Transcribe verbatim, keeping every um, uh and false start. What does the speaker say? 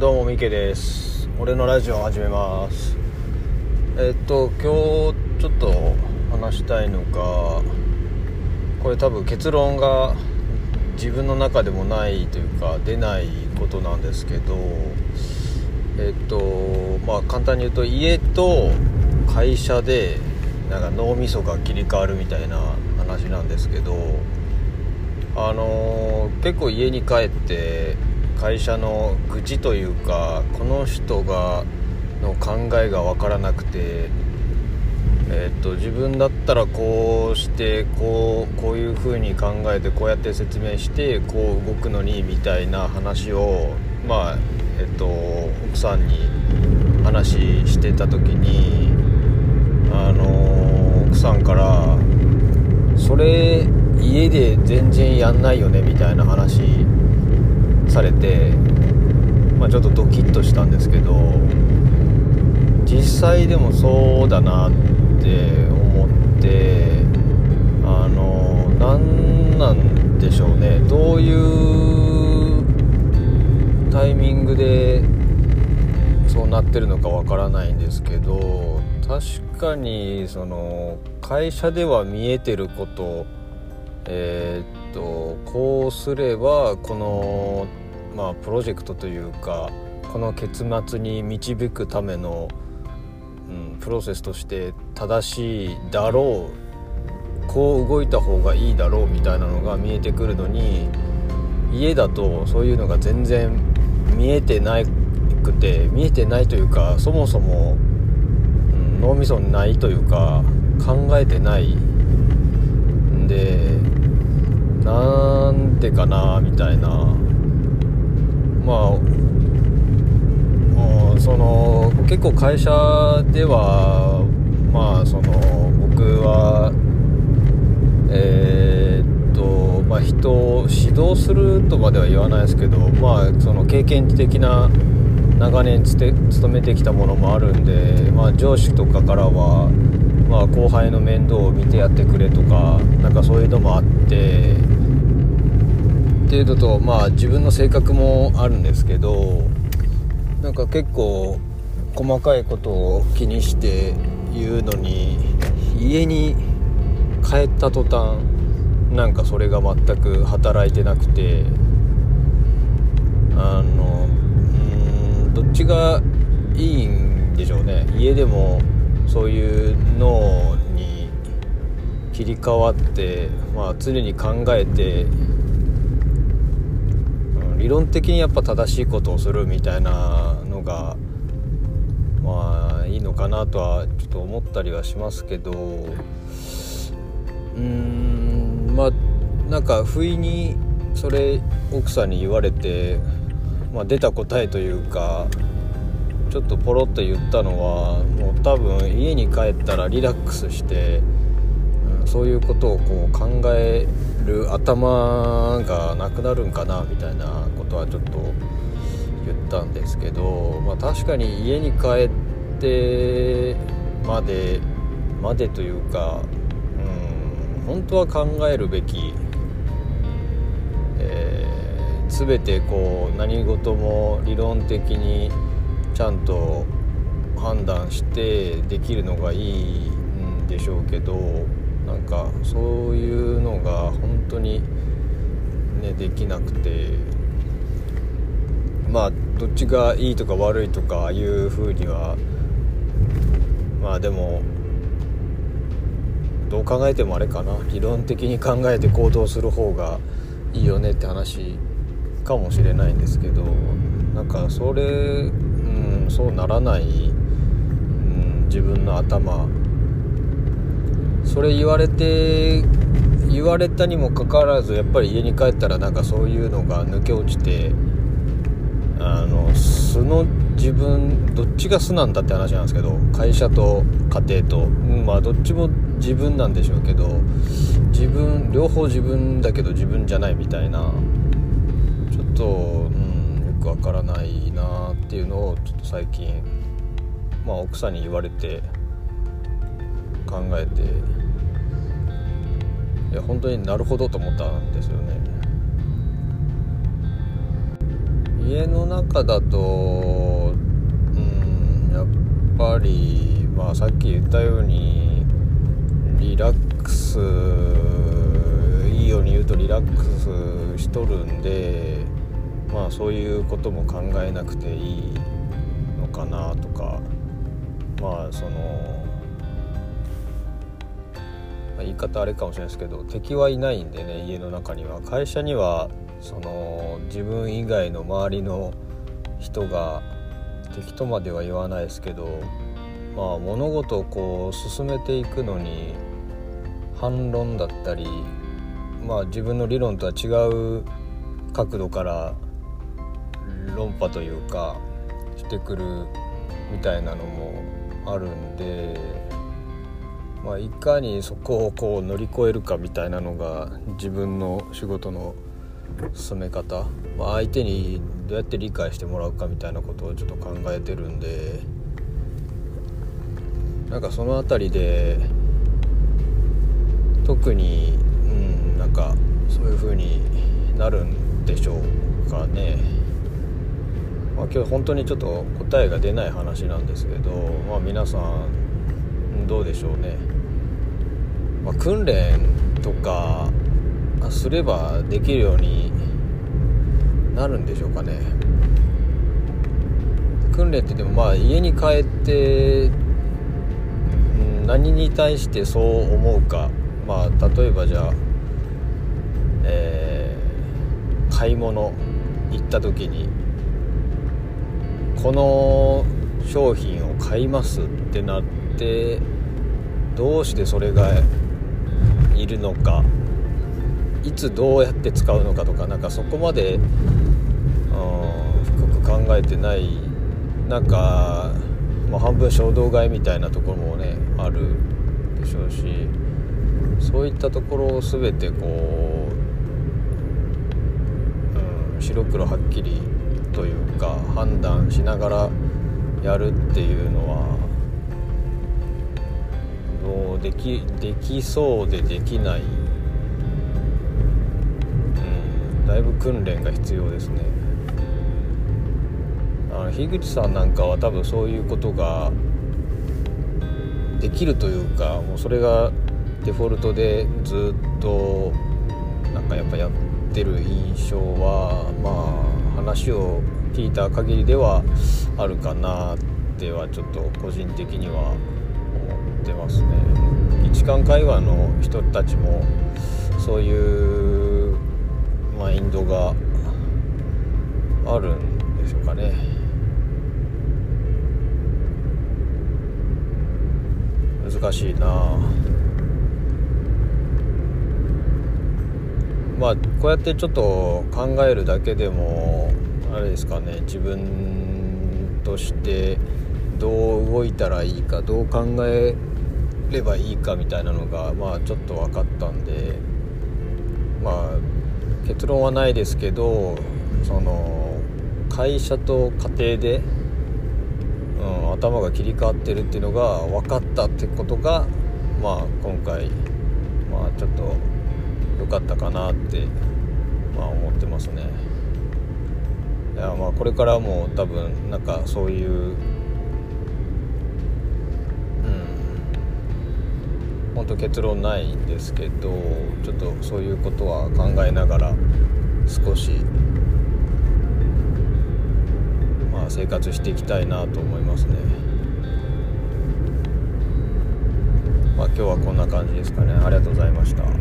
どうもミケです。俺のラジオを始めます。えっと今日ちょっと話したいのが、これ多分結論が自分の中でもないというか出ないことなんですけど、えっとまあ簡単に言うと、家と会社でなんか脳みそが切り替わるみたいな話なんですけど、あのー、結構家に帰って会社の愚痴というか、この人がの考えが分からなくて、えー、っと自分だったらこうしてこうこういう風に考えてこうやって説明してこう動くのにみたいな話を、まあえー、っと奥さんに話してた時に、あのー、奥さんからそれ家で全然やんないよねみたいな話されて、まあ、ちょっとドキッとしたんですけど、実際でもそうだなって思って、あのなんなんでしょうね、どういうタイミングでそうなってるのかわからないんですけど、確かにその会社では見えてること、えー、っとこうすればこの、まあ、プロジェクトというかこの結末に導くための、うん、プロセスとして正しいだろう、こう動いた方がいいだろうみたいなのが見えてくるのに、家だとそういうのが全然見えてなくて、見えてないというか、そもそも、うん、脳みそにないというか考えてないんで、なんでかなみたいな、まあその結構会社ではまあその僕はえー、っとまあ人を指導するとまでは言わないですけど、まあその経験的な長年つて勤めてきたものもあるんで、まあ上司とかからはまあ後輩の面倒を見てやってくれとか、なんかそういうのもあってっていうのと、まあ自分の性格もあるんですけど、なんか結構細かいことを気にして言うのに、家に帰った途端なんかそれが全く働いてなくて、あのうーんどっちがいいんでしょうね。家でもそういう脳に切り替わって、まあ、常に考えて理論的にやっぱ正しいことをするみたいなのがまあいいのかなとはちょっと思ったりはしますけど、うーんまあなんか不意にそれ奥さんに言われて、まあ、出た答えというかちょっとポロッと言ったのは、もう多分家に帰ったらリラックスして、うん、そういうことをこう考える頭がなくなるんかなみたいなことはちょっと言ったんですけど、まあ、確かに家に帰ってまでまでというか、うん、本当は考えるべき、えー、全てこう何事も理論的にちゃんと判断してできるのがいいんでしょうけど、なんかそういうのが本当にねできなくて、まあどっちがいいとか悪いとかいう風には、まあでもどう考えてもあれかな、理論的に考えて行動する方がいいよねって話かもしれないんですけど、なんかそれ、うん、そうならない、うん、自分の頭、それ言われて言われたにもかかわらずやっぱり家に帰ったらなんかそういうのが抜け落ちて、あの素の自分、どっちが素なんだって話なんですけど、会社と家庭と、うん、まあどっちも自分なんでしょうけど、自分両方自分だけど自分じゃないみたいな、ちょっと、うん、よくわからないなっていうのをちょっと最近、まあ奥さんに言われて考えて、いや本当になるほどと思ったんですよね。 家の中だと、うん、やっぱり、まあ、さっき言ったようにリラックス、いいように言うとリラックスしとるんで、まあそういうことも考えなくていいのかなとか、まあその言い方あれかもしれないですけど、敵はいないんでね、家の中には。会社にはその自分以外の周りの人が敵とまでは言わないですけど、まあ物事をこう進めていくのに反論だったり、まあ自分の理論とは違う角度から論破というかしてくるみたいなのもあるんで、まあ、いかにそこをこう乗り越えるかみたいなのが自分の仕事の進め方、まあ、相手にどうやって理解してもらうかみたいなことをちょっと考えてるんで、なんかそのあたりで特に、うん、なんかそういう風になるんでしょうかね。まあ、今日本当にちょっと答えが出ない話なんですけど、まあ、皆さんどうでしょうね。まあ、訓練とかすればできるようになるんでしょうかね。訓練ってでもまあ家に帰って、うん、何に対してそう思うか、まあ例えばじゃあ、えー、買い物行った時にこの商品を買いますってなって、どうしてそれがいるのか、いつどうやって使うのかとか、なんかそこまで、うん、深く考えてない、なんか、まあ、半分衝動買いみたいなところもねあるでしょうし、そういったところを全てこう、うん、白黒はっきりというか判断しながらやるっていうのはどうでき、できそうでできない、うん、だいぶ訓練が必要ですね。あの樋口さんなんかは多分そういうことができるというか、もうそれがデフォルトでずっとなんかやっぱやってる印象は、まあ話を聞いた限りではあるかなってはちょっと個人的には思ってますね。日韓会話の人たちもそういうマインドがあるんでしょうかね。難しいな。まあこうやってちょっと考えるだけでもあれですかね、自分としてどう動いたらいいか、どう考えればいいかみたいなのがまあちょっと分かったんで、まあ結論はないですけど、その会社と家庭で、うん、頭が切り替わってるっていうのが分かったってことが、まあ今回まあちょっと良かったかなって、まあ、思ってますね。いや、まあこれからも多分なんかそういう、うん、本当結論ないんですけど、ちょっとそういうことは考えながら少し、まあ、生活していきたいなと思いますね。まあ今日はこんな感じですかね。ありがとうございました。